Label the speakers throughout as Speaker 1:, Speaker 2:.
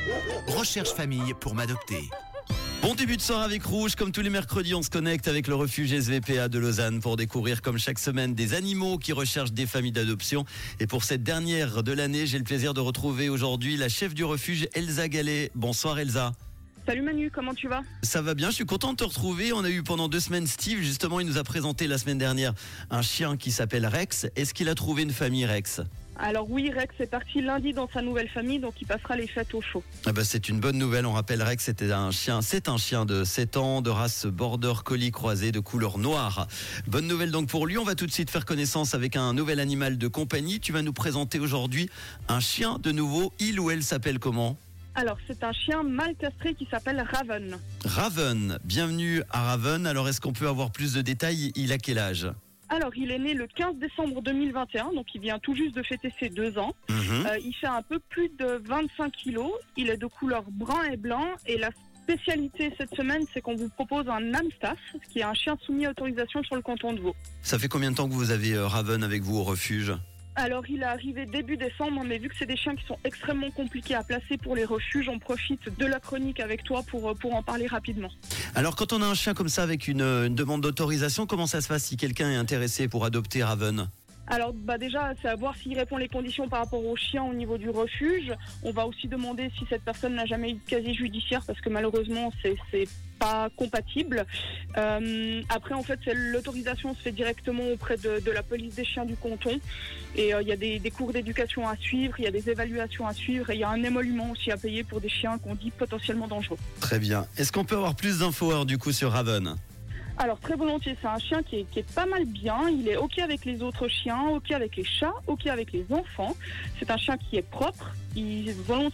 Speaker 1: Recherche famille pour m'adopter.
Speaker 2: Bon début de soirée avec Rouge, comme tous les mercredis on se connecte avec le refuge SVPA de Lausanne pour découvrir comme chaque semaine des animaux qui recherchent des familles d'adoption. Et pour cette dernière de l'année, j'ai le plaisir de retrouver aujourd'hui la chef du refuge Elsa Gallet. Bonsoir Elsa.
Speaker 3: Salut Manu, comment tu vas ?
Speaker 2: Ça va bien, je suis content de te retrouver. On a eu pendant 2 semaines Steve, justement il nous a présenté la semaine dernière un chien qui s'appelle Rex. Est-ce qu'il a trouvé une famille Rex ?
Speaker 3: Alors oui, Rex est parti lundi dans sa nouvelle famille, donc il passera les fêtes au chaud.
Speaker 2: C'est une bonne nouvelle, on rappelle Rex c'est un chien de 7 ans, de race border collie croisée de couleur noire. Bonne nouvelle donc pour lui, on va tout de suite faire connaissance avec un nouvel animal de compagnie. Tu vas nous présenter aujourd'hui un chien de nouveau, il ou elle s'appelle comment ?
Speaker 3: Alors c'est un chien mâle castré qui s'appelle Raven.
Speaker 2: Raven, bienvenue à Raven. Alors est-ce qu'on peut avoir plus de détails ? Il a quel âge ?
Speaker 3: Alors, il est né le 15 décembre 2021, donc il vient tout juste de fêter ses 2 ans. Il fait un peu plus de 25 kilos. Il est de couleur brun et blanc. Et la spécialité cette semaine, c'est qu'on vous propose un Amstaff, qui est un chien soumis à autorisation sur le canton de Vaud.
Speaker 2: Ça fait combien de temps que vous avez Raven avec vous au refuge ?
Speaker 3: Alors, il est arrivé début décembre, mais vu que c'est des chiens qui sont extrêmement compliqués à placer pour les refuges, on profite de la chronique avec toi pour en parler rapidement.
Speaker 2: Alors, quand on a un chien comme ça avec une demande d'autorisation, comment ça se passe si quelqu'un est intéressé pour adopter Raven ?
Speaker 3: Alors déjà, c'est à voir s'il répond les conditions par rapport au chien au niveau du refuge. On va aussi demander si cette personne n'a jamais eu de casier judiciaire parce que malheureusement, c'est pas compatible. Après, en fait, l'autorisation se fait directement auprès de la police des chiens du canton. Et il y a des cours d'éducation à suivre, il y a des évaluations à suivre et il y a un émolument aussi à payer pour des chiens qu'on dit potentiellement dangereux.
Speaker 2: Très bien. Est-ce qu'on peut avoir plus d'infos alors, du coup sur Raven ?
Speaker 3: Alors très volontiers, c'est un chien qui est pas mal bien, il est ok avec les autres chiens, ok avec les chats, ok avec les enfants. C'est un chien qui est propre, il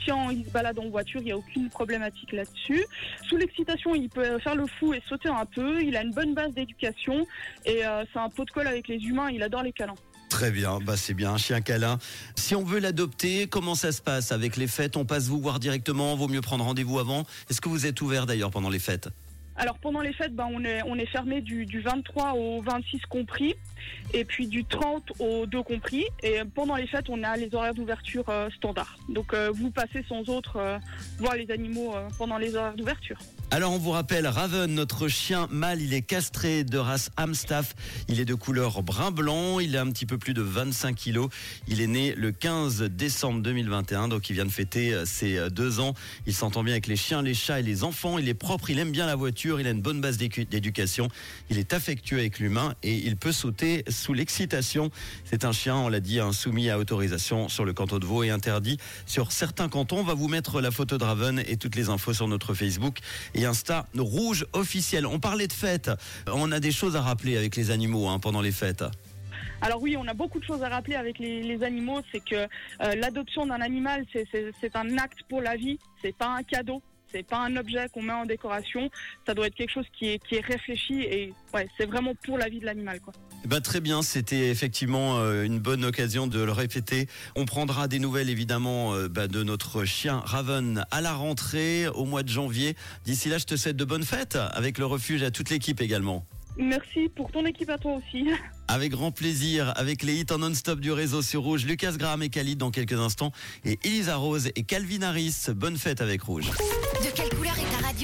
Speaker 3: se balade en voiture, il n'y a aucune problématique là-dessus. Sous l'excitation, il peut faire le fou et sauter un peu, il a une bonne base d'éducation et c'est un pot de colle avec les humains, il adore les câlins.
Speaker 2: Très bien, c'est bien, un chien câlin. Si on veut l'adopter, comment ça se passe avec les fêtes ? On passe vous voir directement, vaut mieux prendre rendez-vous avant. Est-ce que vous êtes ouvert d'ailleurs pendant les fêtes ?
Speaker 3: Alors pendant les fêtes, on est fermé du 23 au 26 compris, et puis du 30 au 2 compris. Et pendant les fêtes, on a les horaires d'ouverture standards. Donc vous passez sans autre voir les animaux pendant les horaires d'ouverture.
Speaker 2: Alors on vous rappelle, Raven, notre chien mâle, il est castré de race Amstaff. Il est de couleur brun-blanc, il a un petit peu plus de 25 kilos. Il est né le 15 décembre 2021, donc il vient de fêter ses 2 ans. Il s'entend bien avec les chiens, les chats et les enfants. Il est propre, il aime bien la voiture, il a une bonne base d'éducation. Il est affectueux avec l'humain et il peut sauter sous l'excitation. C'est un chien, on l'a dit, soumis à autorisation sur le canton de Vaud et interdit sur certains cantons. On va vous mettre la photo de Raven et toutes les infos sur notre Facebook et Insta Rouge officiel. On parlait de fêtes. On a des choses à rappeler avec les animaux pendant les fêtes.
Speaker 3: Alors oui, on a beaucoup de choses à rappeler avec les animaux. C'est que l'adoption d'un animal, c'est un acte pour la vie. C'est pas un cadeau. C'est pas un objet qu'on met en décoration. Ça doit être quelque chose qui est réfléchi et c'est vraiment pour la vie de l'animal, quoi.
Speaker 2: Très bien, c'était effectivement une bonne occasion de le répéter. On prendra des nouvelles évidemment de notre chien Raven à la rentrée au mois de janvier. D'ici là, je te souhaite de bonnes fêtes avec le refuge et à toute l'équipe également.
Speaker 3: Merci pour ton équipe à toi aussi.
Speaker 2: Avec grand plaisir, avec les hits en non-stop du réseau sur Rouge, Lucas Graham et Khalid dans quelques instants et Elisa Rose et Calvin Harris. Bonne fête avec Rouge.
Speaker 4: De quelle couleur est ta radio ?